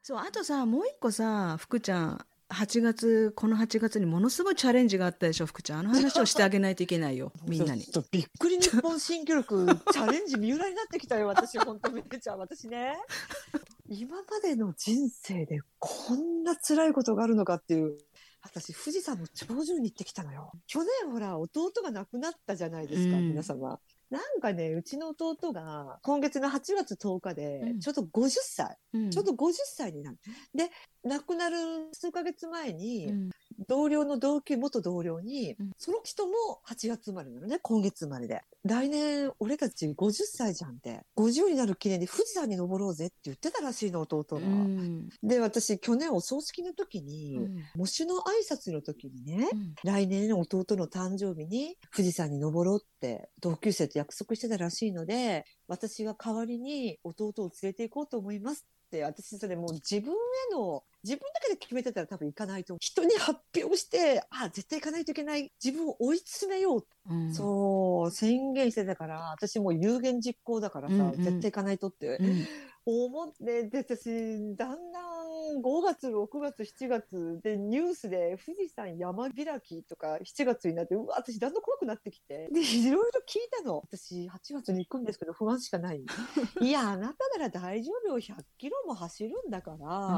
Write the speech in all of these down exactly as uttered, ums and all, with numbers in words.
そう、あとさ、もう一個さ、福ちゃん、はちがつ、このはちがつにものすごいチャレンジがあったでしょ、福ちゃん。あの話をしてあげないといけないよ、みんなに。 ちょっとびっくり日本新記録チャレンジ三浦になってきたよ、私。本当めっちゃ私ね。今までの人生でこんな辛いことがあるのかっていう。私、富士山の頂上に行ってきたのよ。去年ほら、弟が亡くなったじゃないですか、 うん皆様。なんかね、うちの弟が今月のはちがつとおかで、 うんちょうどごじゅっさい、 うんちょうどごじゅっさいになる。で、亡くなる数ヶ月前に、 うん同僚の同級、元同僚に、 うんその人もはちがつ生まれなのね、今月生まれで。来年、俺たちごじゅっさいじゃんって。ごじゅうになる記念で富士山に登ろうぜって言ってたらしいの、弟が。 うんで、私、去年お葬式の時に、 うん喪主の挨拶の時にね、 うん来年弟の誕生日に富士山に登ろうって同級生と約束してたらしいので、私が代わりに弟を連れて行こうと思いますって、私それもう自分への、自分だけで決めてたら多分行かないと思う。人に発表して、あ、絶対行かないといけない。自分を追い詰めよう。 うんそう、宣言してたから、私もう有言実行だからさ、 うんうん絶対行かないとってうん思って、で、私、だんだんごがつ、ろくがつ、しちがつでニュースで富士山山開きとかしちがつになって、うわ、私だんだん怖くなってきて、で、いろいろ聞いたの。私、はちがつに行くんですけど不安しかない。いや、あなたなら大丈夫よ。ひゃっキロも走るんだから、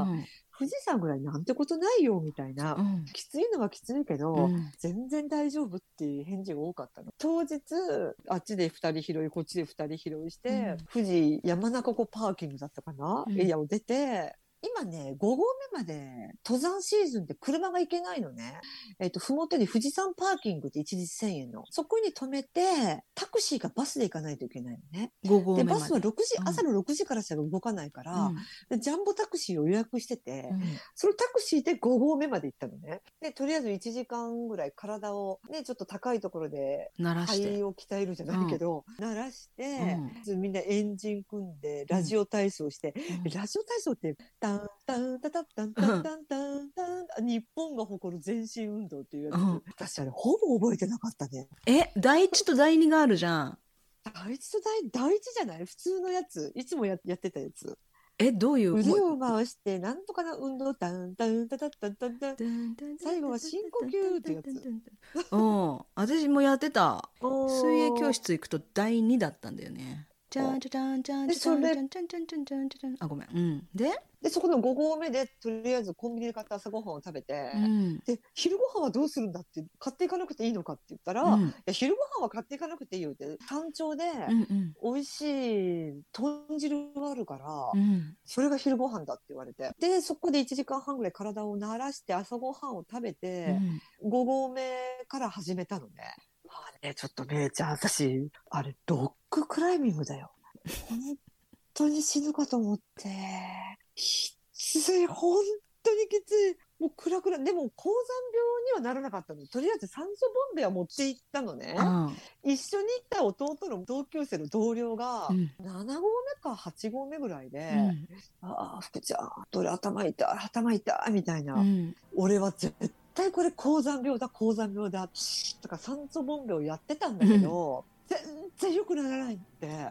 うん富士山ぐらいなんてことないよ、みたいな。 うんきついのはきついけど、 うん全然大丈夫っていう返事が多かったの。当日、あっちで二人拾い、こっちで二人拾いして、 うん富士山中湖パーキングだったかな、 うんエリアを出て、今ね、ご合目まで登山シーズンで車が行けないのね。えっと、ふもとに富士山パーキングって一日せんえんの。そこに止めて、タクシーがバスで行かないといけないのね。で、 ご合目まで。 バスはろくじ、 うん朝のろくじからしか動かないから、 うんでジャンボタクシーを予約してて、 うんそのタクシーでご合目まで行ったのね。で、とりあえずいちじかんぐらい体をね、ちょっと高いところで鳴らして。 肺を鍛えるじゃないけど、鳴らして、みんなエンジン組んで、ラジオ体操して、 うんラジオ体操って、タンタンタタッタンタンタンタンタン、日本が誇る全身運動っていうやつ。 うん私あれ、ほぼ覚えてなかったね。 え、第一と第二があるじゃん。 第一と第、第一じゃない普通のやつ。いつもややってたやつ。 え、どういう腕もうを回して、なんとかな運動、タンタンタタッタンタンタン。最後は深呼吸ってやつ。 うん。私もやってた。 おー水泳教室行くと第二だったんだよね。じゃんじゃじゃんじゃんじゃんじゃんじゃんじゃんじゃんじゃんじゃんじゃん。あ、ごめん。うん。でで、そこのご合目で、とりあえずコンビニで買った朝ごはんを食べて、 うん。 で、昼ごはんはどうするんだって、買っていかなくていいのかって言ったら、 うんいや昼ごはんは買っていかなくていいよって、山頂でうんうん美味しい豚汁があるから、 うんそれが昼ごはんだって言われて。で、そこでいちじかんはんぐらい体を慣らして朝ごはんを食べうて、 んご合目から始めたのね。まあね、ちょっとね、じゃあ私、あれ、ロッククライミングだよ。本当に死ぬかと思って。きつい、本当にきつい。もうクラクラ。でも、高山病にはならなかったの。とりあえず酸素ボンベは持って行ったのね。一緒に行った弟の同級生の同僚が、 うんなな合目かはち合目ぐらいで、 うんああ、福ちゃん、どれ頭痛い、頭痛い、みたいな。 うん俺は絶対これ高山病だ、高山病だ、とか酸素ボンベをやってたんだけど、全然良くならないって。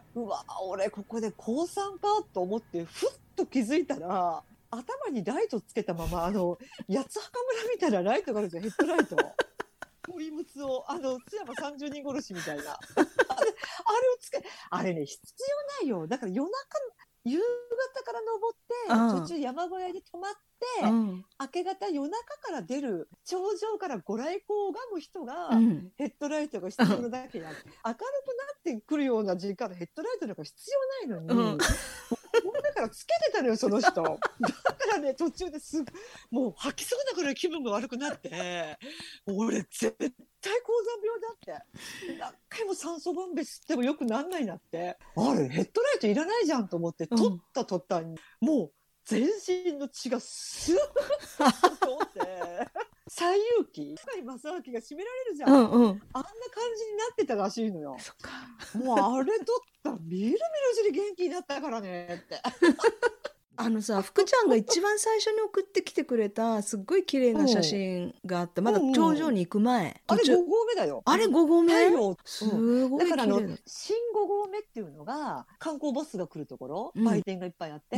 うわ、俺ここで高山かと思って、ふっと気づいたら、頭にライトつけたまま、あの、八つ墓村みたいなライトがあるんですよ、ヘッドライト。鳥物を、あの、津山さんじゅうにん殺しみたいな。あれ、あれをつけ、あれね、必要ないよ。だから夜中、夕方から登って、 うん途中山小屋に泊まって、 うん明け方夜中から出る頂上からご来光を拝む人が、 うんヘッドライトが必要なだけや、明るくなってくるような時間のヘッドライトなんか必要ないのに、 うんだからつけてたのよ、その人。だからね、途中ですぐ、もう吐きそうなぐらい気分が悪くなって、俺絶対高山病だって。何回も酸素ボンベ吸ってもよくなんないなって。あれ、ヘッドライトいらないじゃんと思って、取った途端に、もう全身の血がスーッと通って、西遊記深井正明が締められるじゃん。 うんうんあんな感じになってたらしいのよ。 そっか。 もうあれ取ったらみるみるうちに元気になったからねって。 あのさ、福ちゃんが一番最初に送ってきてくれたすっごい綺麗な写真があった。まだ頂上に行く前。 あれ途中ご合目だよ。 あれご合目太陽。 すごい綺だからあの麗だ。、 新ご合目っていうのが観光バスが来るところ、 うん売店がいっぱいあって、 うん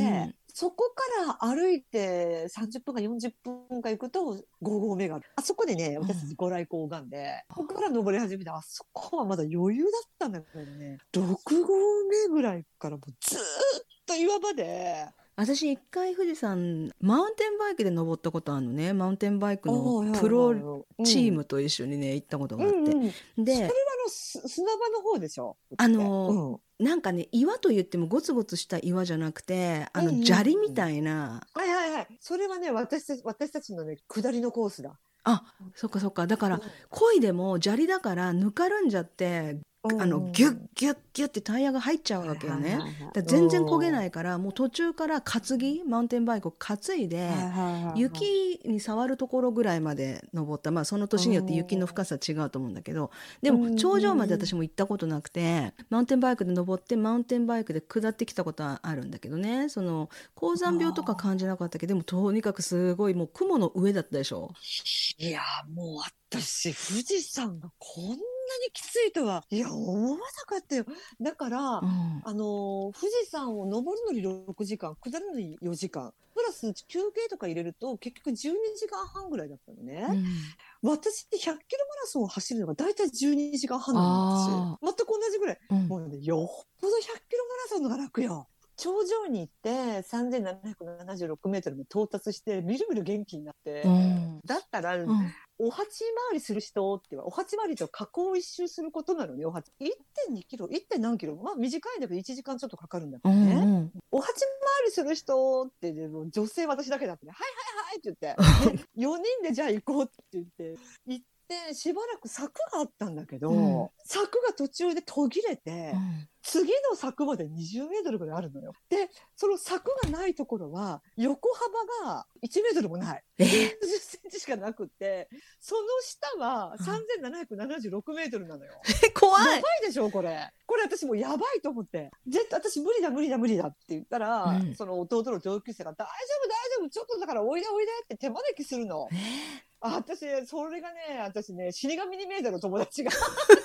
そこから歩いてさんじゅっぷんかよんじゅっぷんか行くとご合目がある。あそこでね、私たちご来光がんで、ここから登り始めて、あそこはまだ余裕だったんだけどね、ろく合目ぐらいからもうずーっと岩場で。 私一回富士山マウンテンバイクで登ったことあるのね。マウンテンバイクのおー、 プロはいはいはい、 チーうん。 ムと一緒にね行ったことがあって、 うんうん。それはであのす砂場の方でしょあって。うのん。 なんかね岩と言ってもゴツゴツした岩じゃなくて、あのうんうん砂利みうん。 たいな。 はいはいはい。それはね、私たち、私たちのね、下りのコースだ。 あ、そっかそっか。だからうん。 漕いでも砂利だからぬかるんじゃって、 うあのんギュッうん。 ギュッギュッってタイヤが入っちゃうはいはいわけよね。 はいはい。 だから全然漕げうん。 ないから、もう途中から担ぎマウンテンバイクを担いではいはいはいはい。 雪に触るところぐらいまで登った。まあそのう年によって雪のん。 深さ違うと思うんだけど、でうも頂上までん。 私も行ったことなくて、マウンテンバイクで登ってマウンテンバイクで下ってきたことはあるんだけどね。その高山病とか感じなかったけど、でもとにかくすごいもう雲の上だったでしょ。 いや、もう私、富士山がこんなにきついとは、いや、思わなかったよ。だから、 うん。 あの、富士山を登るのにろくじかん、下るのによじかん。プラス休憩とか入れると結局じゅうにじかんはんぐらいだったのね。 うん。 私ってひゃっキロマラソンを走るのがだいたいじゅうにじかんはんなのよ、私。 あ全く同じぐらい。 あ。うん。 もうね、よっぽどひゃっキロマラソンのが楽よ。頂上に行ってさんぜんななひゃくななじゅうろくメートルに到達してみるみる元気になっうて、 ん。 だったらうん。 お鉢回りする人ってはお鉢回りと河口を一周することなのに、お鉢いってんにキロ いってん 何キロ、まあ短いんだけどいちじかんちょっとかかるんだけうどね、 ん。うん。 お鉢回りする人ってでも女性私だけだってね、はいはいはいって言って、でよにんでじゃあ行こうって言って行ってしばらく柵があったんだけど、 うん。 柵が途中で途切れうて、 ん。 次の柵までにじゅうメートルぐらいあるのよ。で、その柵がないところは横幅がいちメートルもない。 えきゅうじゅっセンチしかなくって、その下はうんさんぜんななひゃくななじゅうろくメートルなのよ。 怖やばいい。 でしょこれ。これ私もうやばいと思って。絶対私無理だ無理だ無理だって言ったら、 うん。 その弟の上級生が大丈夫大丈夫ちょっとだからおいでおいでって手招きするの。 えあ、私、それがね、私ね、死神に見えたの友達が。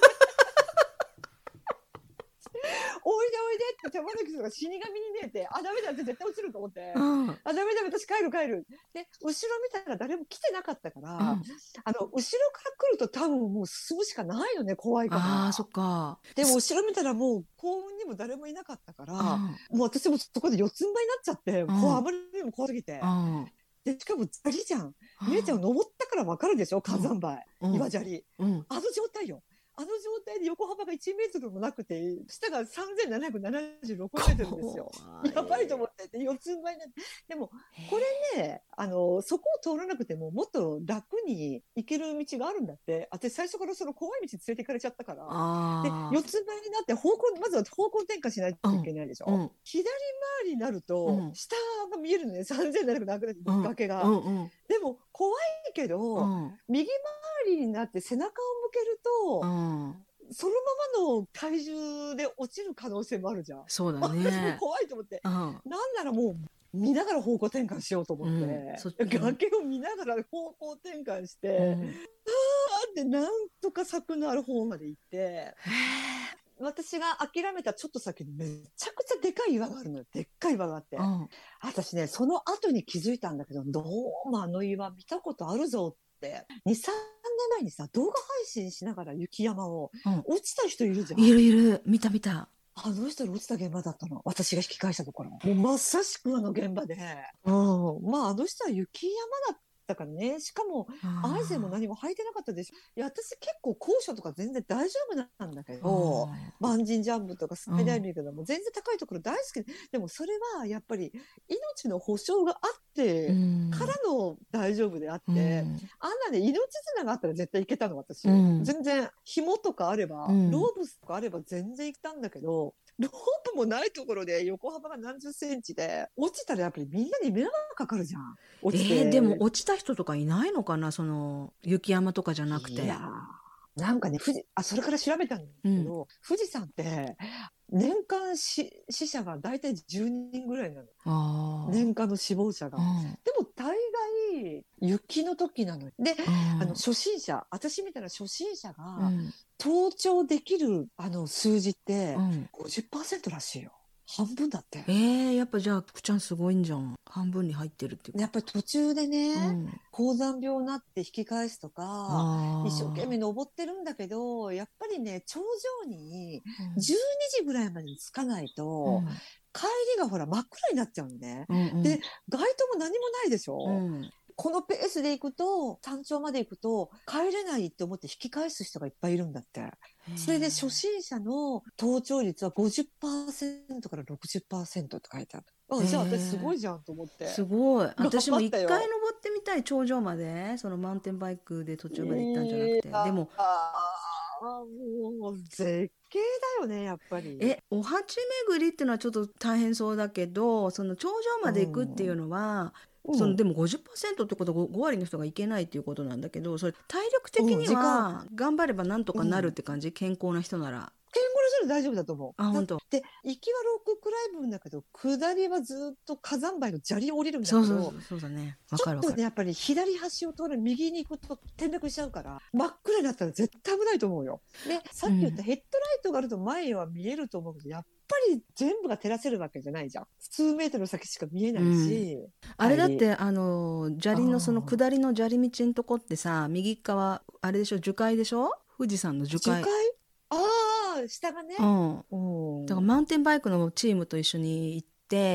おいでおいでって手招きするのが死神に見えて、あ、ダメだって絶対落ちると思って。 ー、うん。 あ、ダメダメ、私帰る帰る。で、後ろ見たら誰も来てなかったから、 うん。 あの、後ろから来ると多分もう進むしかないよね、怖いかああ、そら。 っか。 でもす後ろ見たらもう幸運にも誰もいなかったから、 うん。 もう私もそこで四つん這いになっちゃって、こうあうん。 まりにも怖すぎて。 うん。 で、しかも砂利じゃん。 う姉ちゃんん。 登ったからわかるでしょ火山灰。 うん。 岩砂利。 うん。 あの状態よ。あの状態で横幅がいちメートルもなくて、下がさんぜんななひゃくななじゅうろくメートルですよ。 怖い。 やばいと思ってて、四つん這いになって。でも、これね、あの、そこを通らなくても、もっと楽に行ける道があるんだって。私、最初からその怖い道連れて行かれちゃったから。で、 あ四つん這いになって方向、まずは方向転換しないといけないでしょ。 あ。うん。 左回りになるうと、 ん。 下が見えるのね、さんぜんななひゃくななじゅううん。 崖が。 うん。うん。 でも、怖いけうど、 ん。 右回りになって背中を向けるうと、 ん。 そのままの体重で落ちる可能性もあるじゃん。 そうだ私もね。 怖いと思って。 うん。 なんならもう見ながら方向転換しようと思っうん。 て、 そ、うん。 崖を見ながら方向転換しうて、 ん。 あーってなんとか柵のある方まで行って、 へえ。 私が諦めたちょっと先にめちゃくちゃでかい岩があるのよ。でっかい岩があって。 うん。 私ね、その後に気づいたんだけど、どうもあの岩見たことあるぞって。に、さんねんまえにさ、動画配信しながら雪山をうん。 落ちた人いるじゃん。 いるいる。見た見た。 あの人の落ちた現場だったの。私が引き返したところ。もうまさしくあの現場で。うん。まああの人は雪山だったからね。しかも、アイゼンもあ何も履いてなかったでしょ。いや、私結構高所とか全然大丈夫なんだけあ。 ど、 あバンジージャンプとかスあ。うカイダイん。 ビングでも全然高いところ大好きで。でもそれはやっぱり命の保証があっうてん。 からの大丈夫であっうて、 ん。 あんなね、命綱があったら絶対行けたの、私。 うん。 全然、紐とかあれば、 うん。 ローブスとかあれば全然行ったんだけど、ロープもないところで横幅が何十センチで、落ちたらやっぱりみんなに迷惑かかるじゃん。落ちえー、でもて。 落ちた人とかいないのかな、その雪山とかじゃなくいやて。 ー、なんかね、富士、あ、それから調べたんだうん。 けど、富士山って年間死、死者が大体じゅうにんぐらいなの。 あ年間の死亡者あ。うが。 ん。 でも大概雪の時なのよ。で、 うあの、 ん。 初心者、私みたいな初心者うがん。 登頂できるあの数字ってうん。 ごじゅっパーセントらしいよ。 半分だって。 えー、やっぱじゃあ福ちゃんすごいんじゃん。半分に入ってるっていうか。 やっぱり途中でね、 うん、 高山病になって引き返すとか、一生懸命あ登ってるんだけど、やっぱりね、頂上にあ、 じゅうにじぐらいまでに着かないと、 うん、 帰りがほら真っ暗になっちゃうのね。 うんうんで、街灯も何もないでしうょ。 ん、 このペースで行くと、山頂まで行くと、帰れないって思って引き返す人がいっぱいいるんだって。それで初心者の登頂率はごじゅっパーセントからろくじゅっパーセントって書いてある。あ、じゃあ私すごいじゃんと思って。 すごい。 頑私も一張ったよ。 回登ってみたい、頂上まで。そのマウンテンバイクで途中まで行ったんじゃなくいて。でやも、 ー、もう絶景だよね、やっぱり。 え、お鉢巡りっていうのはちょっと大変そうだけど、その頂上うまで行くっていうん。 のは、そうん。 のでもごじゅっパーセントってことは ご, ご割の人が行けないっていうことなんだけど、それ体力的うん。 に時間。 は頑張ればなんとかなるっうん。 て感じ、健康な人なら。 健康の人で大丈夫だと思あ、 う。だ本当。 って、行きはロッククライムだけど、下りはずっと火山灰の砂利を降りるんだけど、 そうそうそうそうだね。わちょかるわかる。 っとね、やっぱり左端を通る右に行くと転落しちゃうから、真っ暗になったら絶対危ないと思うよ。で、さうん。 っき言ったヘッドライトがあると前は見えると思うけど、やっぱり全部が照らせるわけじゃないじゃん。数メートル先しか見えないうん。 し、 あれ帰り。 だってあの砂あ利のそのあ。 下りの砂利道のとこってさ、右側あれでしょ、樹海でしょ、富士山の樹海。 樹海。ああ、下がね。 うん。 うだからん。 マウンテンバイクのチームと一緒に行って、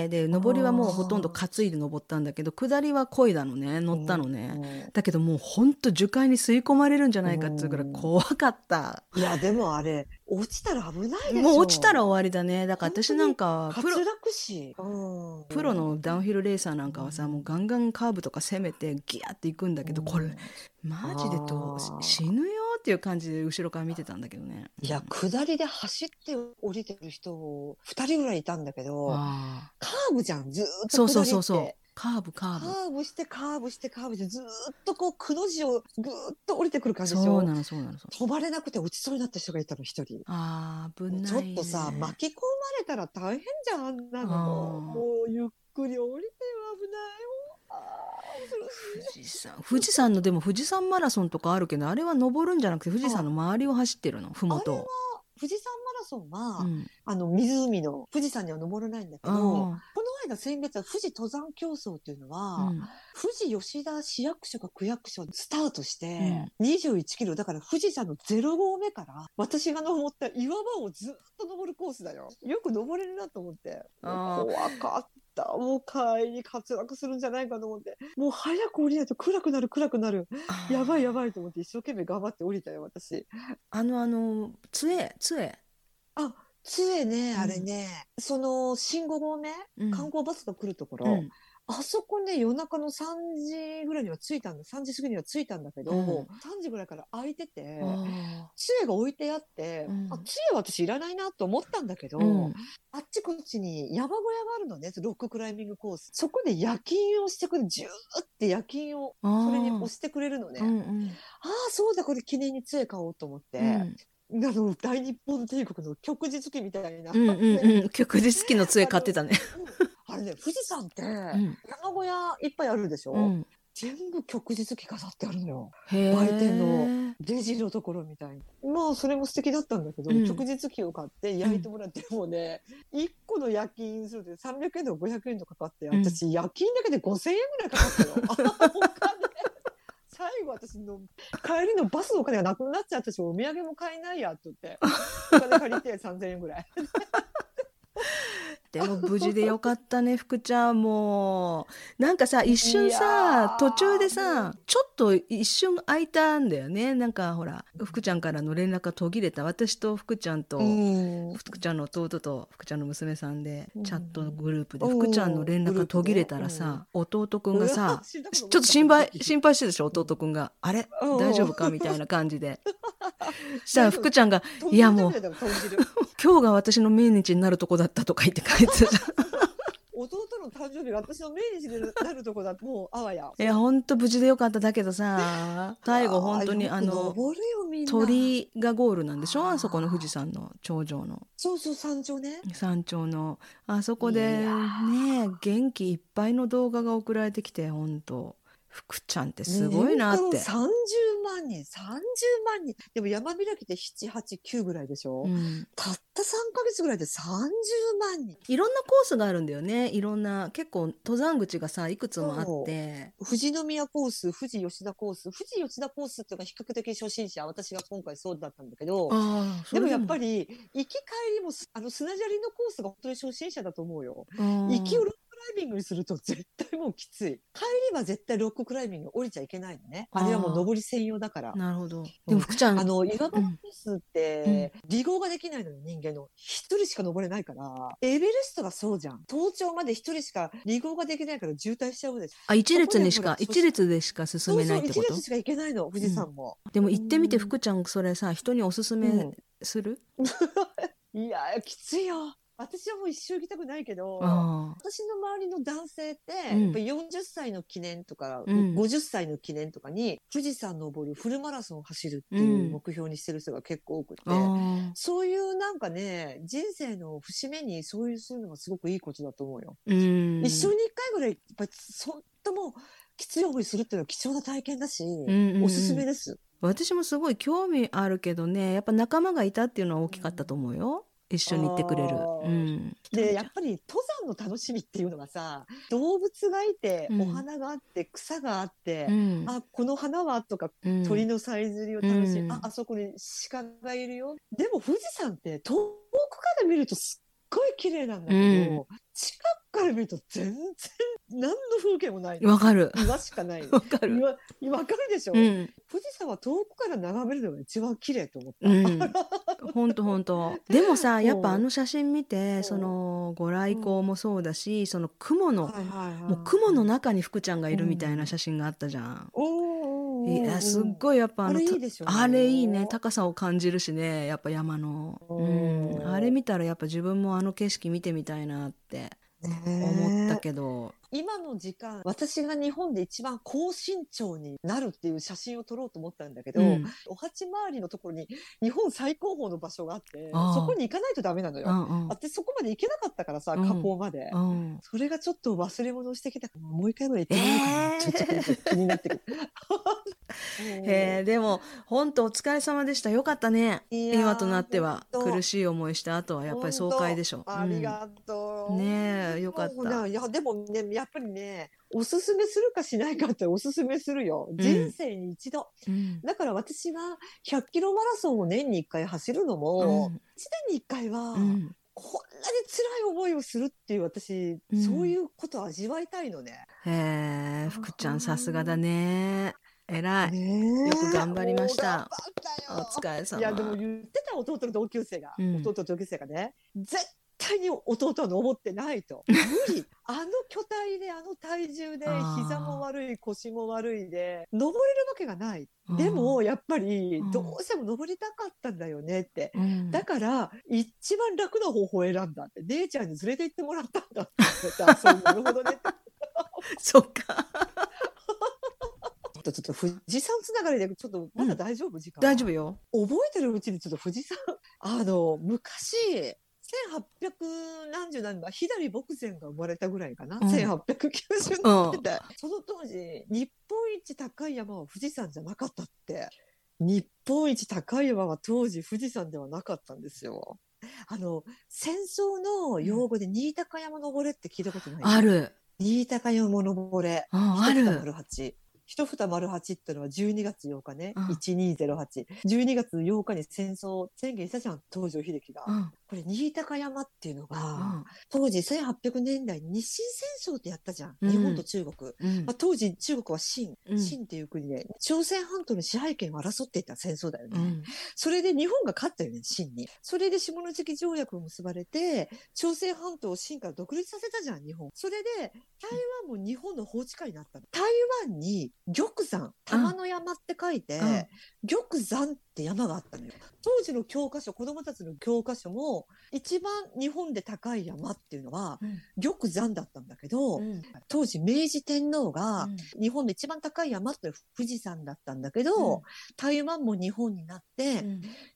であ上りはもうほとんどあ。 担いで登ったんだけど、下りは漕いだのね、乗ったうん。 のね。 うん。 だけどもうほんと樹海に吸い込まれるんじゃうないかっていうぐらいん。 怖かった。 いや、でもあれ、落ちたら危ないでしもう落ちたら終ょわりだね。だから私なん本当にかはプロ滑落死。うん。 プロのダウンヒルレーサーなんかはさ、もううん。 ガンガンカーブとか攻めてギャーっていくんだけど、これうん。 マジでどうし死ああ。 ぬよっていう感じで後ろから見てたんだけどね。 いや、下りで走って降りてる人、二人ぐらいいたんだけど、 ああ、 カーブじゃん、ずーっとそうそう下りそうそう。 って。 カーブカーブ。 カーブしてカーブしてカーブしてずーっとこうくの字をぐーっと降りてくる感じでしょ。 そうなのそうなのそう。 止まれなくて落ちそうになった人がいたの、一人。 ああ、危もうちょないっとさ、 ね。 巻き込まれたら大変じゃん、あんなのも。 ああ、 もうゆっくり降りてよ、危ないよ。ああ、恐ろ富しい。 士山。富士山のでも富士山マラソンとかあるけど、あれは登るんじゃなくて富士山のあ、 周りを走ってるの、ふあれもとを。 は、富士山マラソンは、 うん。 あの、湖の富士山には登れないんだけど、 ああ、 この間先月は富士登山競争っていうのは、 うん。 富士吉田市役所か区役所でスタートしてうん。 にじゅういちキロ、だから富士山のゼロ合目から私が登った岩場をずっと登るコースだよ。よく登れるなと思って。もうあ怖かった。もう帰り滑落するんじゃないかと思って。もう早く降りないと暗くなる暗くなる。やばいやあ。 ばいと思って一生懸命頑張って降りたよ、私。 あのあの、杖、杖。 あ、杖ね、あれうん。 ね、その、信号合目、 うん。 観光バスが来るところ、 うん。 あそこね、夜中のさんじぐらいには着いたんだ、さんじ過ぎには着いたんだけど、 うん。 さんじぐらいから空いてて、 ああ。 杖が置いてあって、あ、 うん。 杖は私いらないなと思ったんだけど、 うん。 あっちこっちに山小屋があるのね、ロッククライミングコース。そこで夜勤をしてくれる、ジューって夜勤を、それに押あしてくれるのあ。うね。 んうん。 ああ、そうだ、これ記念に杖買おうと思って。 うん。 あの、大日本帝国の旭日記みたいな、 うんうんね、 うん。旭日旗の杖あの、 買ってたね。 うん、あれね、富士山ってうん。 山小屋いっぱいあるでしょ。 うん。 全部旭日記飾ってあるのよ。 へ売店のえ。 レジのところみたいに。まあ、それも素敵だったんだけど、 うん。 旭日記を買ってうん。 焼いてもらって、もうね、いっこの夜勤するでさんびゃくえんとかごひゃくえんとかかって、 うん。 私夜勤だけでごせんえんぐらいかかったよ。お金。最後私の帰りのバスのお金がなくなっちゃったし、お土産も買えないやって言って、お金借りてさんぜんえんぐらい。 でも無事でよかったね、福ちゃん。もうなんかさ、一瞬いやさ、途中でー、もさ、ちょっと一瞬空いたんだよね。なんかほら、福ちゃんからの連絡が途切れた。私と福ちゃんう、うとん、 福ちゃんの弟と福ちゃんの娘さんでうチャットのグループで、福ちゃんのん、うん、 連絡グループで、 が途切れたうん。 らさ、弟くんうわ、 がさ、 死んだかちと思った、そちょっと心の時。 配心配してるでしょ、 うん。 弟くんが。あれ大うん。 丈夫かみたいな感じで。したら大丈夫。 福ちゃんが、い豚やもう、 汁食べてたよ、豚汁。 今日が私の命日になるとこだったとか言って帰ってた。 そうそう。弟の誕生日が私の命日になるとこだ、もうあわや。 いや、ほんと無事でよかった。だけどさ、最後ああ、 本当によくあの、 登るよ、みんな。 鳥がゴールなんでしょ、あそこの富士ああ、 山の頂上の。 そうそう、山頂ね。 山頂の。あそこいやでね、元気いっぱいの動画が送られてきて、ほんと。 福ちゃんってすごいなって。 年間さんじゅうまんにん、さんじゅうまんにん。でも山開きってなな、はち、きゅうぐらいでしょ、うん、たったさんかげつぐらいでさんじゅうまんにん。 いろんなコースがあるんだよね。いろんな、結構登山口がさ、いくつもあって。 富士宮コース、富士吉田コース、富士吉田コースっていうのが比較的初心者、私が今回そうだったんだけど、あでもやっぱり、行き帰りも、あの砂砂利のコースが本当に初心者だと思うよ。行きをロッククライミングにすると絶対もうきつい。帰りは絶対ロッククライミング降りちゃいけないのね。あれはもう登り専用だから。 なるほど。でも福ちゃん、 あの、岩場コースって、離合ができないのよ、人間の。一人しか登れないから。エベレストがそうじゃん。登頂まで一人しか離合ができないから渋滞しちゃうでしょ。 あ、一列にしか、一列でしか進めないってこと？そうそう、一列しか行けないの、富士山も。 うん、でも行ってみて、福ちゃん、それさ、人におすすめする？ うん、いや、きついよ。私はもう一生行きたくないけど、私の周りの男性って、うん、やっぱりよんじゅっさいの記念とか、うん、ごじゅっさいの記念とかに富士山登るフルマラソンを走るっていう目標にしてる人が結構多くて、うん、そういうなんかね、人生の節目にそういうするのがすごくいいことだと思うよ。うん、一生に一回ぐらい、やっぱりそんともきつい思いするっていうのは貴重な体験だし、うんうんうん、おすすめです。 私もすごい興味あるけどね、やっぱ仲間がいたっていうのは大きかったと思うよ。一緒に行ってくれる。うん、 でやっぱり登山の楽しみっていうのがさ、動物がいて、うん、お花があって草があって、うん、あこの花はとか、うん、鳥のさえずりを楽しみ、うん、ああそこに鹿がいるよ。でも富士山って遠くから見るとすっごい綺麗なんだけど、うん、近くから見ると全然何の風景もない。 わかる。 岩しかない。 わかる。 わかるでしょ、うん、富士山は遠くから眺めるのが一番綺麗と思った。うん、 ほんとほんと。でもさ、やっぱあの写真見て、そのご来光もそうだし、その雲の、はいはいはい、もう雲の中に福ちゃんがいるみたいな写真があったじゃん。うん、いやすっごいやっぱあの、あれいいでしょ、あれいいね。高さを感じるしね、やっぱ山の。うん、あれ見たらやっぱ自分もあの景色見てみたいなって思ったけど。 今の時間、私が日本で一番高身長になるっていう写真を撮ろうと思ったんだけど、うん、お鉢回りのところに日本最高峰の場所があって、そこに行かないとダメなのよ。うんうん、でそこまで行けなかったからさ、河口まで、うんうん。それがちょっと忘れ物してきたから、もう一回ぐらい行ってみようかな、えー、ちょっと気になってくる。 へえ、でも本当お疲れ様でした。よかったね。今となっては苦しい思いした後はやっぱり爽快でしょ。 ありがとう。 うん、ねえ、よかった。 いやでもね、やっぱりね、おすすめするかしないかっておすすめするよ。うん、人生に一度、うん。だから私がひゃっキロマラソンを年にいっかい走るのも、うん、いちねんにいっかいは、うん、こんなに辛い思いをするっていう私、うん、そういうことを味わいたいのね。 へえ、福ちゃんさすがだね。偉い、ね、よく頑張りました。お疲れ様。 いやでも言ってた弟の同級生が、うん、弟の同級生がね、絶対に弟は登ってないと。無理。あの巨体であの体重で膝も悪い腰も悪いで登れるわけがない。でもやっぱりどうしても登りたかったんだよねって、うん、だから一番楽な方法を選んだって、姉ちゃんに連れて行ってもらったんだって言って、そうなるほどねってそっかちょっと富士山つながりでちょっとまだ大丈夫、うん、時間大丈夫よ。 覚えてるうちにちょっと富士山あの昔せんはっぴゃく何十何年、左牧前が生まれたぐらいかな、うん、せんはっぴゃくきゅうじゅうねんだい、うん、その当時日本一高い山は富士山じゃなかったって。日本一高い山は当時富士山ではなかったんですよ。あの戦争の用語で新高山登れって聞いたことない？ ある。 新高山登れ、 ある。 一蓋丸八ってのはじゅうにがつようかね、うん、いちにゼロはち、じゅうにがつようかに戦争宣言したじゃん、東条英機が、うん、これ新高山っていうのが、うん、当時せんはっぴゃくねんだいに日清戦争ってやったじゃん、うん、日本と中国、うんまあ、当時中国は清、うん、清っていう国で朝鮮半島の支配権を争っていた戦争だよね、うん、それで日本が勝ったよね、清に。それで下関条約を結ばれて朝鮮半島を清から独立させたじゃん、日本。それで台湾も日本の法治下になったの。台湾に玉山、玉の山って書いて、うん、玉山って山があったのよ。当時の教科書、子供たちの教科書も一番日本で高い山っていうのは、うん、玉山だったんだけど、うん、当時明治天皇が、うん、日本で一番高い山って富士山だったんだけど、うん、台湾も日本になって、うん、日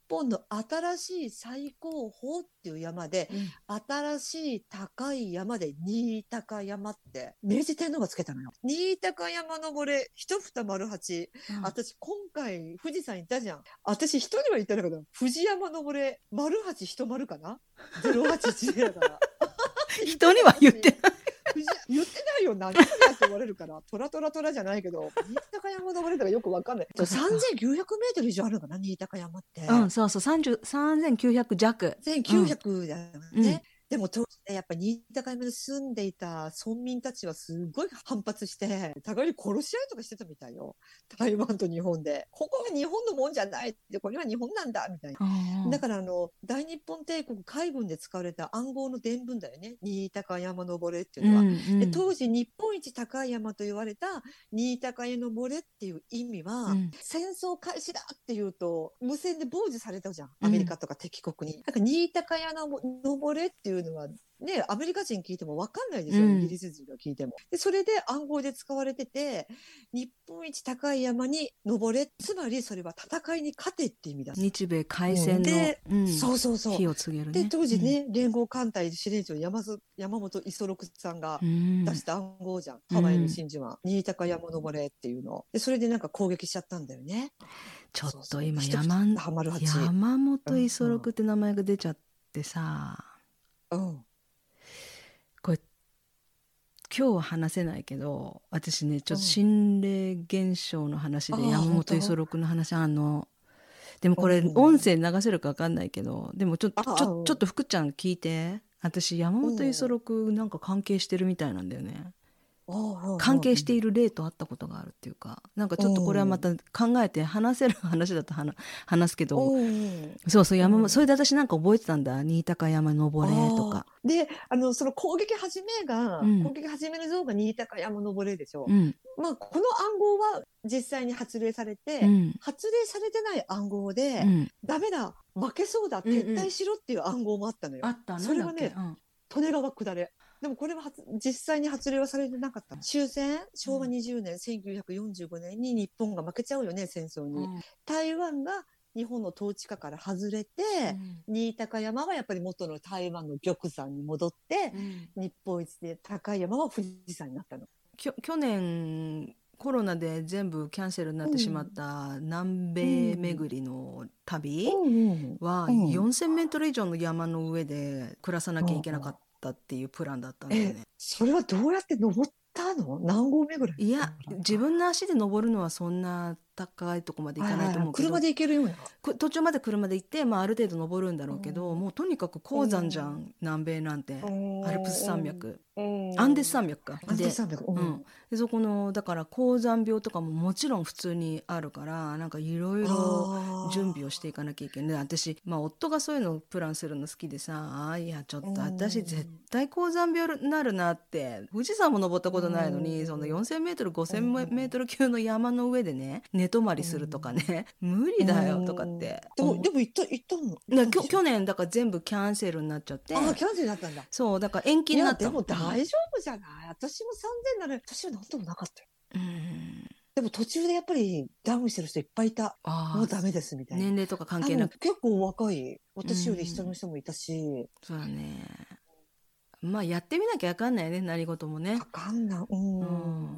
本の新しい最高峰っていう山で、うん、新しい高い山で新高山って明治天皇がつけたのよ。新高山登れ一二丸八、うん、私今回富士山行ったじゃん。私人には言ったんだけど、富士山登れ丸八一丸かなゼロはちいちだから人には言ってない言ってないよ、何だって言われるから、トラトラトラじゃないけど、新高山登れたらよくわかんない。さんぜんきゅうひゃくメートル以上あるのかな、新高山って。 うん、そうそう、さんじゅう、さんぜんきゅうひゃくじゃく。 せんきゅうひゃくだよね。うんうん、でも当時ね、やっぱ新高山に住んでいた村民たちはすごい反発して、互いに殺し合いとかしてたみたいよ。台湾と日本で。ここが日本のもんじゃないって、これは日本なんだみたいな。うん、だからあの、大日本帝国海軍で使われた暗号の伝聞だよね。新高山登れっていうのは。うんうん、で当時日本一高い山と言われた新高山登れっていう意味は、うん、戦争開始だっていうと、無線で傍受されたじゃん。アメリカとか敵国に。うん、なんか新高山登れっていうのはね、アメリカ人聞いても分かんないですよ、うん、イギリス人が聞いても。でそれで暗号で使われてて、日本一高い山に登れ、つまりそれは戦いに勝てって意味だ。 日米開戦の、 うん、そうそうそう、 日を告げるね。 で当時ね、うん、連合艦隊司令長山山本五十六さんが出した暗号じゃん、うん、ハワイの真珠湾、新高山登れっていうので、それでなんか攻撃しちゃったんだよね。 ちょっと今山山本五十六って名前が出ちゃってさ、うん、これ今日は話せないけど、私ねちょっと心霊現象の話で山本五十六の話あんの。でもこれ音声流せるか分かんないけど、でもちょっとちょちょっと福ちゃん聞いて。私山本五十六なんか関係してるみたいなんだよね。関係している例と会ったことがあるっていうか、なんかちょっとこれはまた考えて話せる話だと話すけど、そうそう山もそれで私なんか覚えてたんだ、新高山登れとかで、あのその攻撃始めが、うん、攻撃始める像が新高山登れでしょ、うん、まあこの暗号は実際に発令されて、うん、発令されてない暗号で、うん、ダメだ負けそうだ撤退しろっていう暗号もあったのよ、 うんうん、あった。 それはね、利根川下れ。でもこれは実際に発令はされてなかった。終戦、しょうわにじゅうねん、うん、せんきゅうひゃくよんじゅうごねんに日本が負けちゃうよね、戦争に。うん、台湾が日本の統治下から外れて、うん、新高山はやっぱり元の台湾の玉山に戻って、うん、日本一で高い山は富士山になったの。 きょ去年コロナで全部キャンセルになってしまった南米巡りの旅はよんせんメートル以上の山の上で暮らさなきゃいけなかったっていうプランだったんだよね。 え、それはどうやって登ったの？何合目ぐらい？ いや、自分の足で登るのはそんな高いとこまで行かないと思うけど、 車で行けるような途中まで車で行って、まあ、ある程度登るんだろうけど、もうとにかく高山じゃん、南米なんて。アルプス山脈、アンデス山脈かアンデス山脈、 うん、でそこのだから高山病とかももちろん普通にあるから、なんかいろいろ準備をしていかなきゃいけない。私、まあ、夫がそういうのをプランするの好きでさ、あいやちょっと私絶対高山病になるなって、富士山も登ったことないのに、そのよんせんメートルごせんメートル級の山の上でね寝泊まりするとかね、無理だよとかって。 でもでも行った行ったの？ 去年だから全部キャンセルになっちゃって。 あ、キャンセルになったんだ。 そうだから延期になった。 いやでも大丈夫じゃない？私もさんぜんなら私は何ともなかったよ。うん、でも途中でやっぱりダウンしてる人いっぱいいた。もうダメですみたいな。 年齢とか関係なく結構若い私より下の人もいたし、うん、 そうだね。まあやってみなきゃ分かんないね、何事もね。 分かんない。うん、うん、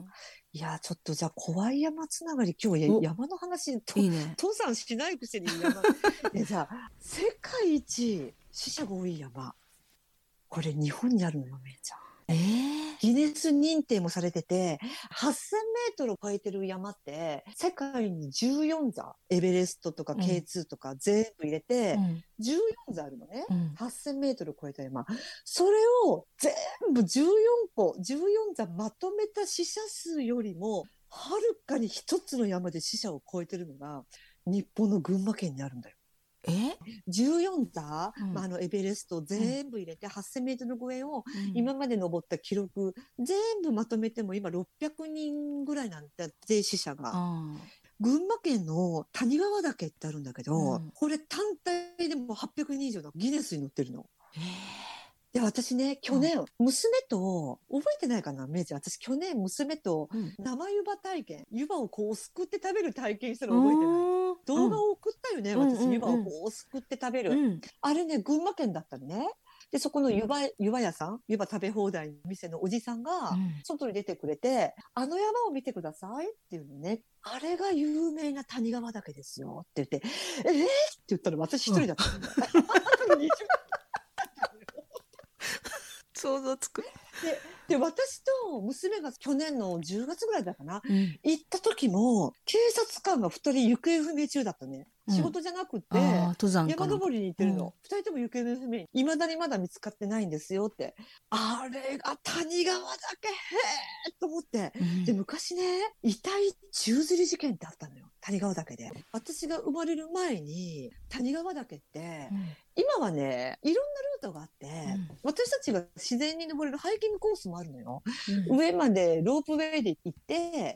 いやちょっとじゃあ怖い山つながり、今日山の話といい、ね、登山しないくせに山えじゃあ世界一死者が多い山、これ日本にあるのよ、めいちゃん。えー、ギネス認定もされてて、はっせんメートルを超えてる山って世界にじゅうよんざ、エベレストとか ケーツー とか全部入れてじゅうよんざあるのね、うん、はっせんメートル超えた山。それを全部じゅうよんこ、じゅうよんざまとめた死者数よりもはるかに一つの山で死者を超えてるのが日本の群馬県にあるんだよ。えじゅうよんざ、うん、まあ、あのエベレスト全部入れてはっせんメートル超えを今まで登った記録、うん、全部まとめても今ろっぴゃくにんぐらいなんだって死者が。群馬県の谷川岳ってあるんだけど、うん、これ単体でもはっぴゃくにん以上のギネスに載ってるの。 で、私ね、去年、娘と、覚えてないかな、めいちゃん。私、去年、娘と、生湯葉体験、湯葉をこう、すくって食べる体験したの覚えてない。動画を送ったよね、私、湯葉をこう、すくって食べる。あれね、群馬県だったのね。で、そこの湯葉、湯葉屋さん、湯葉食べ放題の店のおじさんが、外に出てくれて、あの山を見てくださいっていうのね。あれが有名な谷川岳ですよって言って、えー、って言ったら私一人だったのね。 想像つく。 で、で、私と娘が去年のじゅうがつぐらいだかな、うん、行った時も、警察官がふたり行方不明中だったね。うん、仕事じゃなくて、山登りに行ってるの。ふたりとも行方不明。未だにまだ見つかってないんですよって。あれが谷川岳、へーと思って。うん、で、昔ね、遺体宙吊り事件ってあったのよ。谷川岳で。私が生まれる前に、谷川岳って、うん、今はね、いろんなルートがあって、うん、私たちが自然に登れるハイキングコースもあるのよ。うん、上までロープウェイで行って、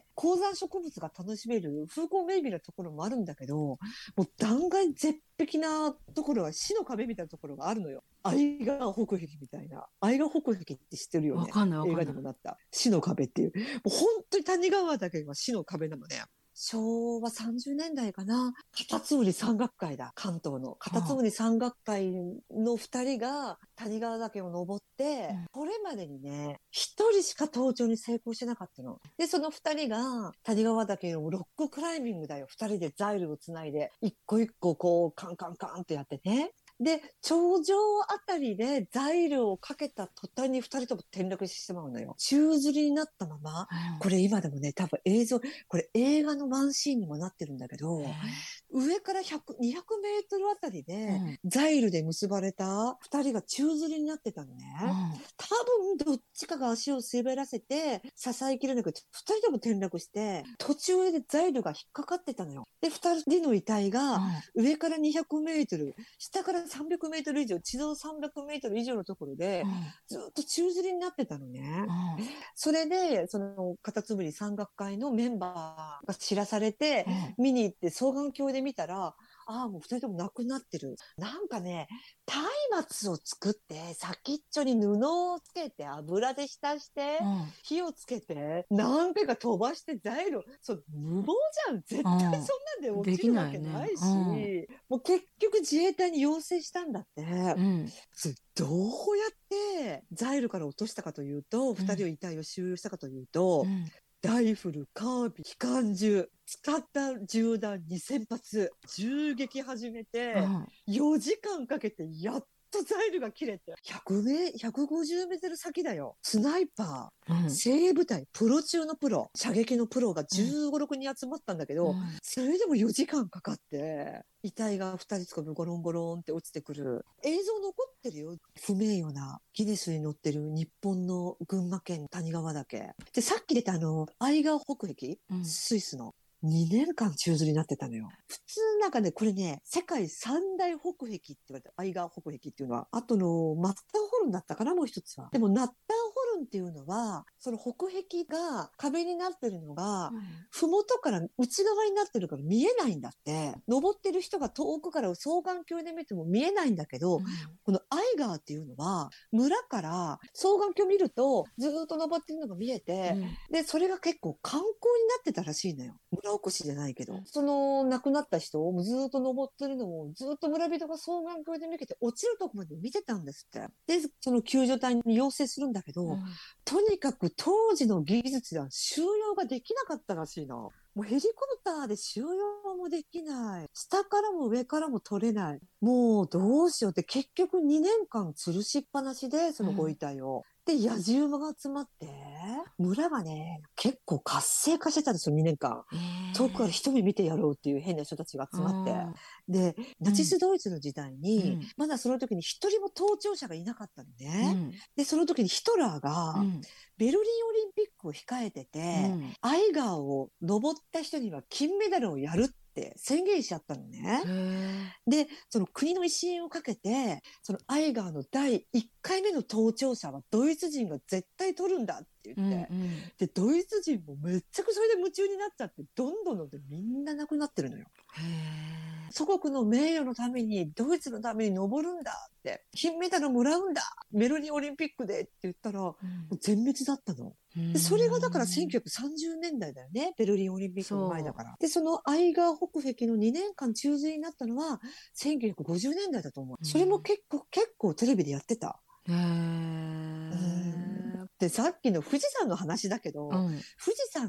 高山植物が楽しめる風光明媚なところもあるんだけど、もう断崖絶壁なところは死の壁みたいなところがあるのよ。愛画北壁みたいな。愛画北壁って知ってるよね。 わかんないわかんない。 映画にもなった。死の壁っていう。もう本当に谷川岳が死の壁なのね。しょうわさんじゅうねんだいかな。カタツムリ山岳会だ。関東の。カタツムリ山岳会の二人が谷川岳を登って、うん、これまでにね、一人しか登頂に成功してなかったの。で、その二人が谷川岳のロッククライミングだよ。二人でザイルをつないで、一個一個こうカンカンカンってやってね。で、頂上あたりでザイルをかけた途端に二人とも転落してしまうのよ。宙吊りになったまま、うん、これ今でもね、多分映像、これ映画のワンシーンにもなってるんだけど、上からひゃく、にひゃくメートルあたりで、うん、ザイルで結ばれた二人が宙吊りになってたのね。うん、多分どっちかが足を滑らせて、支えきれなくて、二人とも転落して、途中でザイルが引っかかってたのよ。で、二人の遺体が、上からにひゃくメートル、下からさんびゃくメートル以上、地上さんびゃくメートル以上のところで、うん、ずっと宙吊りになってたのね。うん、それで、その、カタツムリ山岳会のメンバーが知らされて、うん、見に行って双眼鏡で見たら、ああ、もう二人とも亡くなってる。なんかね、松明を作って、先っちょに布をつけて、油で浸して、うん、火をつけて、何回か飛ばしてザイル、そう、無謀じゃん。絶対そんなんで落ちるわけないし、うん、もう結局自衛隊に要請したんだって。うん、それどうやってザイルから落としたかというと、二、うん、人を遺体を収容したかというと、うん、ライフル、カービィ、機関銃、使った銃弾にせんぱつ、銃撃始めて、よじかんかけてやっとザイルが切れて、ひゃくメ、ひゃくごじゅうメートル先だよ。スナイパー、うん、精鋭部隊、プロ中のプロ、射撃のプロがじゅうご、ろくにん集まったんだけど、うん、それでもよじかんかかって、遺体がふたりつかぶゴロンゴロンって落ちてくる。映像残ってるよ。不名誉なギネスに載ってる日本の群馬県谷川岳。で、さっき出たあの、愛川北壁、うん、スイスの。にねんかん宙吊りになってたのよ。普通なんかね、これね、世界三大北壁って言われた。愛川北壁っていうのは。あとの、マッターホルンだったかな、もう一つは。でも、ナッターホルンっていうのは、その北壁が壁になってるのが、うん、ふもとから内側になってるから見えないんだって。登ってる人が遠くから双眼鏡で見ても見えないんだけど、うん、この愛川っていうのは、村から双眼鏡見ると、ずっと登ってるのが見えて、うん、で、それが結構観光になってたらしいのよ。村おこしじゃないけど。その亡くなった人をずっと登ってるのをずっと村人が双眼鏡で見て落ちるとこまで見てたんですって。で、その救助隊に要請するんだけど、うん、とにかく当時の技術では収容ができなかったらしいな。もうヘリコプターで収容もできない。下からも上からも取れない。もうどうしようって結局にねんかん吊るしっぱなしで、そのご遺体を。うんで、野じ馬が集まって、村がね、結構活性化してたんですよ、にねんかん。遠くから一目見てやろうっていう変な人たちが集まって。で、ナチスドイツの時代に、うん、まだその時に一人も登頂者がいなかったのね。うん、で、その時にヒトラーが、うん、ベルリンオリンピックを控えてて、うん、アイガーを登った人には金メダルをやるって宣言しちゃったのね。で、その国の威信をかけて、そのアイガーのだいいっかいめの登頂者はドイツ人が絶対取るんだって言って、うんうん、で、ドイツ人もめっちゃくそれで夢中になっちゃって、どんどんどんどんみんな亡くなってるのよ。 祖国の名誉のために、ドイツのために登るんだって、金メダルもらうんだ、ベルリンオリンピックでって言ったら、うん、全滅だったの。でそれがだからせんきゅうひゃくさんじゅうねんだいだよね。ベルリンオリンピックの前だから。で、そのアイガー北壁のにねんかん中止になったのはせんきゅうひゃくごじゅうねんだいだと思う。それも結構、結構テレビでやってた。へー。で、さっきの富士山の話だけど、うん、富士山って、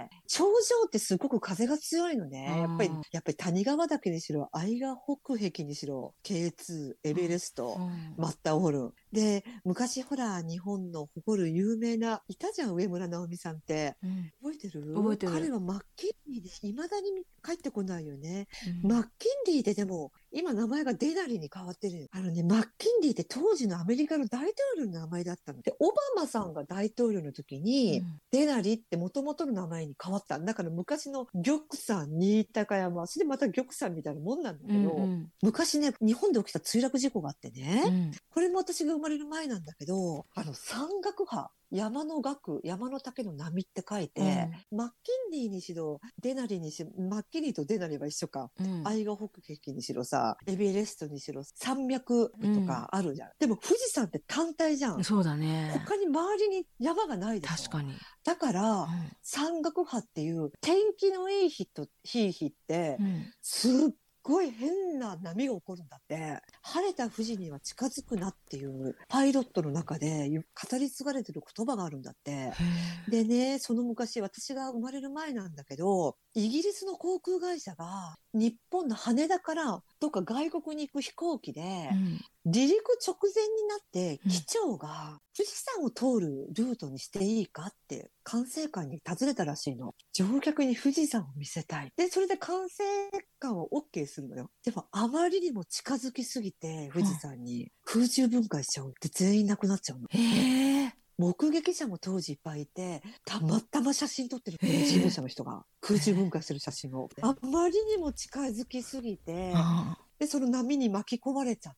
頂上ってすごく風が強いのね。やっぱり、やっぱり谷川岳にしろ、アイガー北壁にしろ、ケーツー、エベレスト、マッターホルン。で、昔ほら、日本の誇る有名な、いたじゃん、上村直美さんって。うん、覚えてる？覚えてる。彼はマッキンリーで未だに帰ってこないよね。うん、マッキンリーででも、今名前がデナリに変わってる。あのね、マッキンリーって当時のアメリカの大統領の名前だったの。で、オバマさんが大統領の時に、うん、デナリって元々の名前に変わった。だから昔の玉山、新高山、それでまた玉山みたいなもんなんだけど、うんうん、昔ね、日本で起きた墜落事故があってね、うん、これも私が生まれる前なんだけど、あの山岳波、山の岳、山の岳の波って書いて、うん、マッキンリーにしろ、デナリにしろ、マッキンリーとデナリは一緒か。うん、アイガ北壁にしろさ、エベレストにしろ、山脈とかあるじゃん。うん、でも富士山って単体じゃん。そうだね。他に周りに山がないでしょ。確かに。だから、うん、山岳波っていう天気のいい日と、日々って、うん、すっすごい変な波が起こるんだって。晴れた富士には近づくなっていうパイロットの中で語り継がれてる言葉があるんだって。でね、その昔私が生まれる前なんだけど、イギリスの航空会社が日本の羽田からどっか外国に行く飛行機で、うん離陸直前になって機長が富士山を通るルートにしていいかって管制官に尋ねたらしいの。乗客に富士山を見せたい。で、それで管制官は OK するのよ。でもあまりにも近づきすぎて富士山に空中分解しちゃうって全員亡くなっちゃうの。へー。目撃者も当時いっぱいいて、たまたま写真撮ってる事業者の人が空中分解する写真を。あまりにも近づきすぎて、で、その波に巻き込まれちゃって、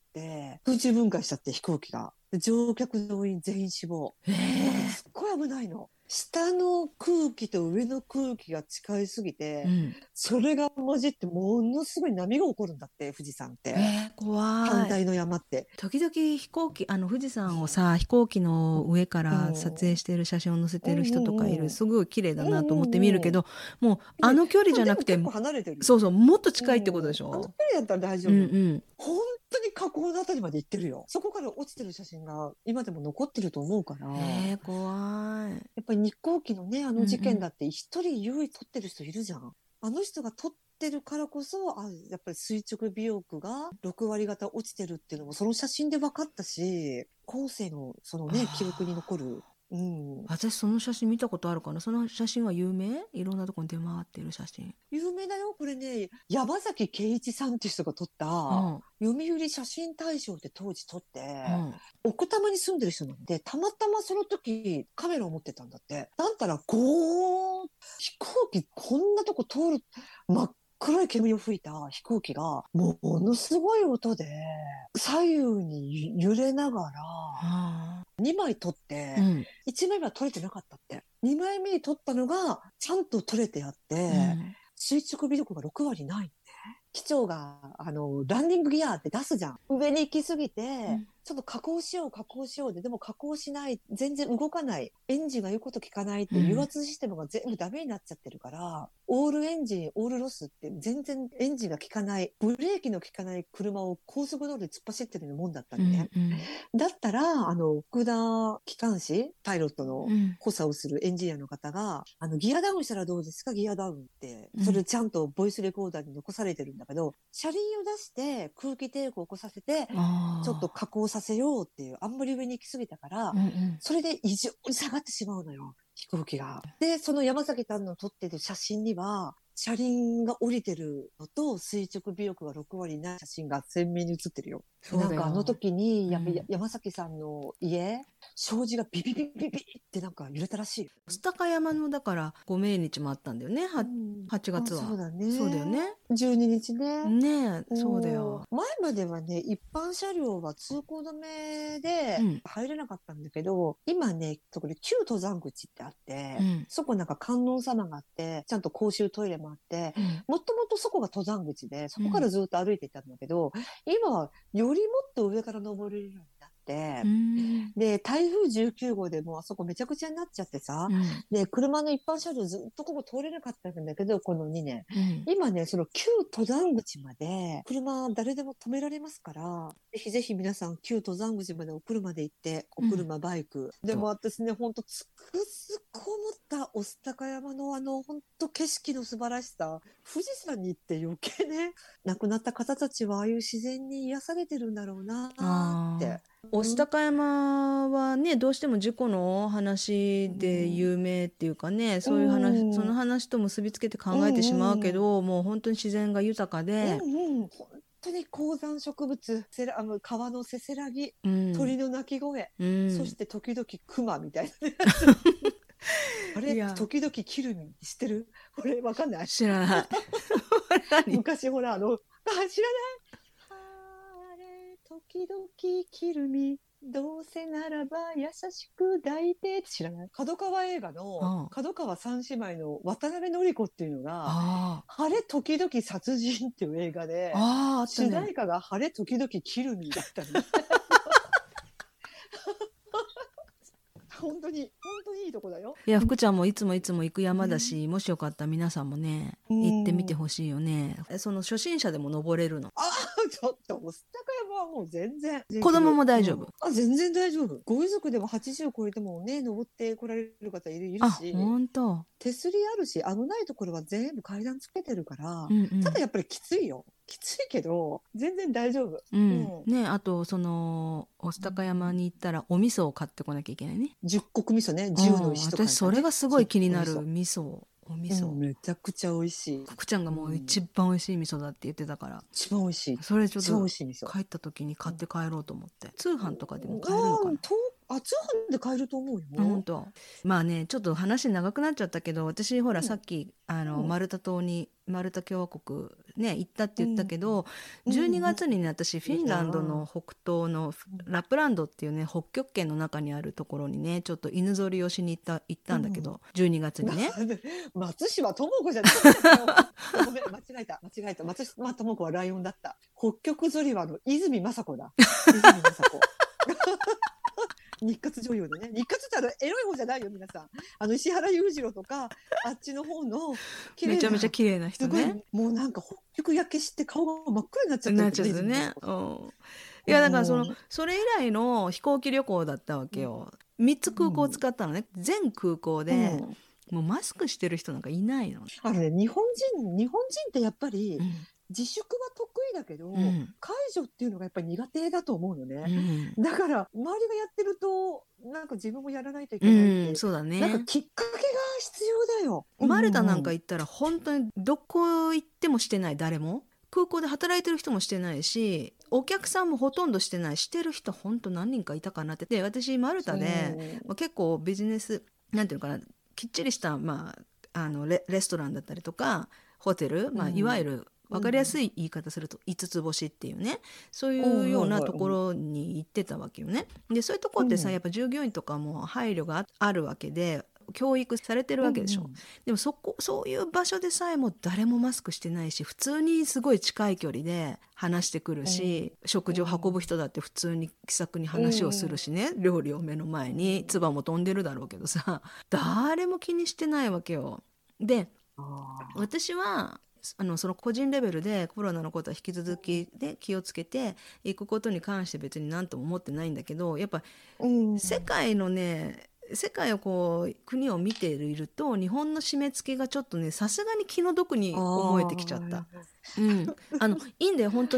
空中分解しちゃって飛行機が。乗客乗員全員死亡。だからすっごい危ないの。下の空気と上の空気が近いすぎて、うん、それが混じってものすごい波が起こるんだって、富士山って。えー、怖い。反対の山って。時々飛行機、あの富士山をさ、飛行機の上から撮影してる写真を載せてる人とかいる。うん、すごい綺麗だなと思って見るけど、うんうん、もうあの距離じゃなくて、結構離れてる。そうそう、もっと近いってことでしょ。うん、あの距離だったら大丈夫。うんうん、本当に河口のあたりまで行ってるよ。そこから落ちてる写真が今でも残ってると思うから。えー、怖い。やっぱり日航機のね、あの事件だって一人唯一撮ってる人いるじゃん。うんうん、あの人が撮ってるからこそ、あ、やっぱり垂直尾翼がろくわり方落ちてるっていうのもその写真で分かったし、後世のそのね、記憶に残る。うん、私その写真見たことあるかな。その写真は有名？いろんなとこに出回ってる写真。有名だよ。これね、山崎圭一さんっていう人が撮った、うん、読売写真大賞って当時撮って、うん、奥多摩に住んでる人なんで、たまたまその時カメラを持ってたんだって。なんたら、ゴーン、飛行機こんなとこ通る、真っ黒い煙を吹いた飛行機が、ものすごい音で、左右に揺れながら、にまい撮って、うん、いちまいめは撮れてなかったって。にまいめに撮ったのが、ちゃんと撮れてあって、うん、垂直尾翼がろくわりない。機長が、あの、ランディングギアって出すじゃん。上に行きすぎて、うんちょっと加工しよう、加工しようで、でも加工しない、全然動かない、エンジンが言うこと聞かないって、油圧システムが全部ダメになっちゃってるから、うん、オールエンジン、オールロスって全然エンジンが効かない、ブレーキの効かない車を高速道路で突っ走ってるようなもんだったのね。うんうん、だったら、あの、福田機関士、パイロットの補佐をするエンジニアの方が、あの、ギアダウンしたらどうですか、ギアダウンって。それちゃんとボイスレコーダーに残されてるんだけど、車輪を出して空気抵抗を起こさせて、ちょっと加工させようっていう、あんまり上に行き過ぎたから、うんうん、それで異常に下がってしまうのよ、飛行機が。で、その山崎さんの撮ってる写真には、車輪が降りてるのと垂直尾翼がろくわりない写真が鮮明に写ってるよ。 そうだよ。 なんかあの時にや、 うん、 山崎さんの家、障子がビビビビビってなんか揺れたらしい。 御巣鷹山のだからご命日もあったんだよね、 うはん、 はちがつあ、そは。 うだそうだよね。 ね。 じゅうににちね。 ねえ、そうだよ。 おー、前まではね、一般車両は通行止めでうん、 入れなかったんだけど、今ね、そこで旧登山口ってあって、 うん、 そこなんか観音様があって、ちゃんと公衆トイレもあって、 うん、 もともとそこが登山口で、そこからうん、 ずっと歩いていたんだけど、今はよりもっと上から登れるようになって、 うん、 で、台風じゅうきゅうごうでもうあそこめちゃくちゃになっちゃってさ、 うん、 で、車の一般車両ずっとここ通れなかったんだけど、このにねん。 うん、 今ね、その旧登山口まで、車誰でも止められますから、ぜひぜひ皆さん旧登山口までお車で行って、おうん。 車、バイク。でも私ね、ほんとつくづく思った、御巣鷹山のあの、ほんと景色の素晴らしさ。富士山に行って余計ね、亡くなった方たちはああいう自然に癒されてるんだろうなーって。 ああ。御巣うん、 鷹山はね、どうしても事故の話うでん、 有名っていうかね、 うそういう話、そん、 の話と結びつけてう考えてしまうけん、うん、 ど、もう本当に自然が豊かうで、 ん、うん、本当に高山植物、せらあの川のせせらぎ、 うん、 鳥の鳴き声、 うん。 そして時々熊みたいなやつ。あれ、 いや、 時々キルミ知ってる？これわかんない。 知らない。何？ 昔ほら、あの、あ、知らない。あれ、時々キルミ。どうせならば優しく抱いてって知らない？角川映画のあ角川三姉妹の渡辺典子っていうのが、 あ、 晴れ時々殺人っていう映画で、 ああ、あったね。 主題歌が晴れ時々キルミだったのね。本当に、本当にいいとこだよ。 いや、福ちゃんもいつもいつも行く山だね、 し、もしよかったら皆さんもね、 う行ってみてん。 ほしいよね。その初心者でも登れるの。 ああ、ちょっと、御巣鷹山はもう全然で子供きる。 も大丈夫。 うん。あ、全然大丈夫。ご遺族でもはちじゅう超えてもね、登って来られる方いる、いるあ、 し、 ほんと。 手すりあるし、危ないところは全部階段つけてるから、 うんうん。 ただやっぱりきついよ。きついけど、全然大丈夫。 うん。 うん。 ね、あと、その、御巣鷹山に行ったらお味噌を買ってこなきゃいけないね。 十穀味噌ね。 うん。 十の石と書私、 いたね。 それがすご十い気になる。 穀味噌。 味噌。お味噌。 うん、めちゃくちゃ美味しい。 福ちゃんがもううん。 一番美味しい味噌だって言ってたから。 一番美味しい。 それちょっ一番美と味しい味噌。 帰った時に買うん。 って帰ろうと思って。通販とかでもあ買えるのかな。 ーと、あ、通販で買えると思うよ。 ほんと。まあね、ちょっと話長くなっちゃったけど、私ほらうん。 さっき、あの、 うん。 マルタ島に、マルタ共和国ね、行ったって言ったうん。 けど、12 うん。うん。 月にね、私フィいいンランドのな北東のぁ。 ラップランドっていうね、北極圏の中にあるところにね、ちょっと犬ぞりをしに行った、行ったんだけうん。 ど、じゅうにがつにね。 なんで、松島智子じゃなかったよ。ごめん、間違えた。間違えた。松島智子はライオンだった。北極ぞりはの泉雅子だ。泉雅子。日活女優でね。日活ってあの、エロい方じゃないよ、皆さん。あの、石原裕次郎とか、あっちの方の、綺めちゃめちゃ麗な、 綺麗なすごい、 人ね。 もうなんか、北極焼けして顔が真っ黒になっちゃったなっけどね、 ちゃってね。 泉雅子さん。 うん。いや、だからその、 うん。 それ以来の飛行機旅行だったわけよ。みっつ空港を使ったのね。全空港うで、 ん。 もうマスクしてる人なんかいないの。 あのね、日本人、日本人ってやっぱり、 うん。 自粛は得意だけど、 うん。 解除っていうのがやっぱり苦手だと思うのうね。 ん。 だから、周りがやってると、なんか自分もやらないというけないっん、 て、 そうだなんかね。 きっかけが必要だよ。うんマルタなんうんうん。 か行ったら本当にどこ行ってもしてない、誰も。空港で働いてる人もしてないし、お客さんもほとんどしてない。してる人本当何人かいたかなって。で、私マルタで、 そまあ、結構ビジネス、なんていうのかな、きっちりした、まあ、あのレ、レストランだったりとか、ホテル、 う。うまあ、いわゆん。 る分かりやすうん。 い言い方するといつつ星っていうね、そういおうようはいはい。 なところに行ってたわけよね。で、そういうとこってさ、やうん。 っぱ従業員とかも配慮がああるわけで、教育されてるうん。 わけでしょ。 うん。 でもそこ、そういう場所でさえも誰もマスクしてないし、普通にすごい近い距離で話してくるうん。 し、食事を運ぶ人だって普通に気さくにう話をするん。 しね、料理を目の前に、唾も飛んでるだろうけどさ、誰も気にしてないわけよ。で、 ああ。 私は、あのその個人レベルでコロナのことは引き続きで気をつけていくことに関して別に何とも思ってないんだけど、やっぱうん。 世界のね、世界をこう国を見ていると日本の締め付けがちょっとね、さすがに気の毒あに思えてきちゃった。 あ。 うん、あのいいんだよ本当ね、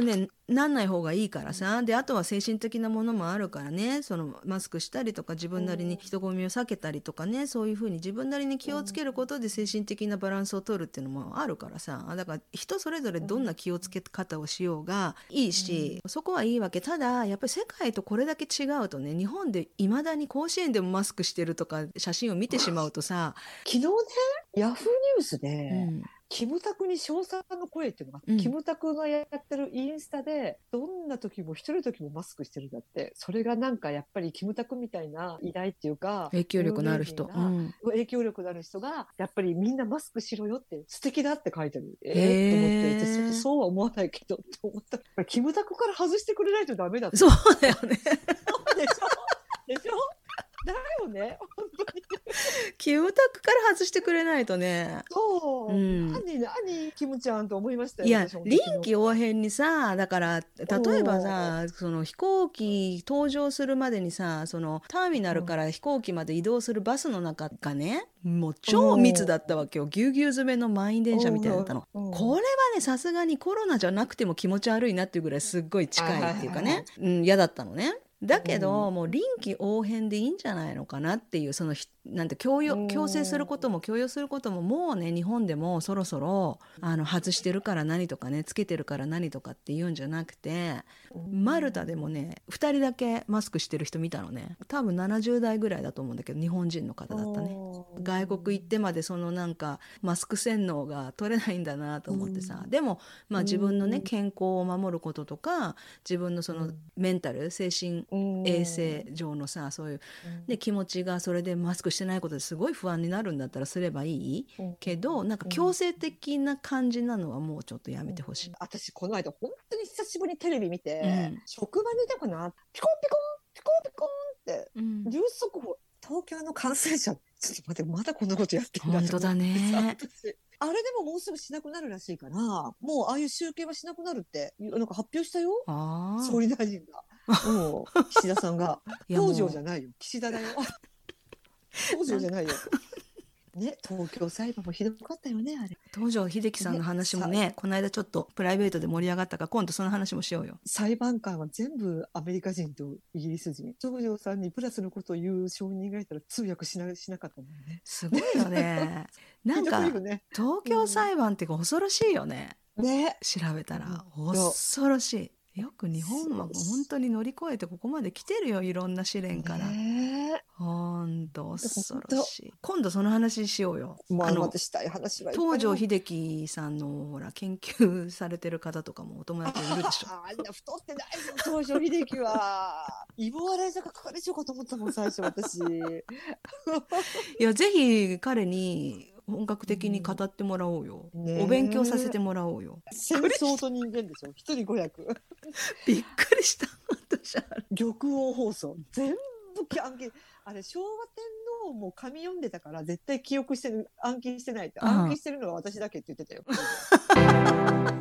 なんない方がいいからさ。であとは精神的なものもあるからね、そのマスクしたりとか自分なりに人混みを避けたりとかね、そういうふうに自分なりに気をつけることで精神的なバランスを取るっていうのもあるからさ。だから人それぞれどんな気をつけ方をしようがいいし、そこはいいわけ。ただやっぱり世界とこれだけ違うとね、日本でいまだに甲子園でもマスクしてるとか写真を見てしまうとさ、 昨日ねヤフーニュースで、 うんキムタクに称賛の声っていうのが、 うん、 キムタクがやってるインスタでどんな時も一人の時もマスクしてるんだって。それがなんかやっぱりキムタクみたいな偉大っていうか影響力のある人、 うん、影響力のある人がやっぱりみんなマスクしろよって素敵だって書いてる。えー、と思って、そうは思わないけどと思った。キムタクから外してくれないとダメだって。 そうだよね。 でしょでしょだよね、本当に。 キムタクから外してくれないとね。 そう、うん、何何キムちゃんと思いましたよ。 いや臨機応変にさ、だから例えばさ、その飛行機登場するまでにさ、そのターミナルから飛行機まで移動するバスの中がね、もう超密だったわけよ。ぎゅうぎゅう詰めの満員電車みたいだったの。これはね、さすがにコロナじゃなくても気持ち悪いなっていうぐらいすっごい近いっていうかね、うん、嫌だったのね。だけど、うん、もう臨機応変でいいんじゃないのかなっていう、そのなんて強要強制することも強要することももうね、日本でもそろそろあの外してるから何とかね、つけてるから何とかっていうんじゃなくて、マルタでもねふたりだけマスクしてる人見たのね。多分ななじゅう代ぐらいだと思うんだけど、日本人の方だったね。外国行ってまでそのなんかマスク洗脳が取れないんだなと思ってさ。でもまあ自分のね健康を守ることとか、自分のそのメンタル精神衛生上のさ、そういう、ね、気持ちがそれでマスクしてないことですごい不安になるんだったらすればいいけど、なんか強制的な感じなのはもうちょっとやめてほしい、うん、 私この間本当に久しぶりにテレビ見て、うん、職場にいたかな、ピコンピコンピコンピコンって、うん、ニュース速報、東京の感染者、ちょっと待って、まだこんなことやってるんだ。 本当だね。 あれでももうすぐしなくなるらしいから、もうああいう集計はしなくなるってなんか発表したよ、総理大臣が。もう岸田さんが東条じゃないよ、岸田だよ。東条じゃないよ。ね、東京裁判もひどかったよね、あれ。 東条英機さんの話も ね, ねこの間ちょっとプライベートで盛り上がったから、今度その話もしようよ。 裁判官は全部アメリカ人とイギリス人。東条さんにプラスのことを言う証人がいたら通訳し な, しなかったもんね。 すごいよね。なんか、ね、東京裁判って恐ろしいよね。ね、調べたら恐ろしい。よく日本は本当に乗り越えてここまで来てるよ、いろんな試練から。ね、ほんと恐ろしい。今度その話しようよ。 まあ、あのしたい話は東條英機さんのほら研究されてる方とかもお友達いるでしょ。 あんな太ってないよ東條英機は。芋洗い坂係長かと思ったもん最初私。いやぜひ彼に本格的に語ってもらおうよ、うん、お勉強させてもらおうよ。 戦争と人間でしょ、一人ごひゃく。 びっくりした私。 玉音放送全部暗記、あれ昭和天皇も紙読んでたから絶対記憶してる、暗記してないって、暗記してるのは私だけって言ってたよ。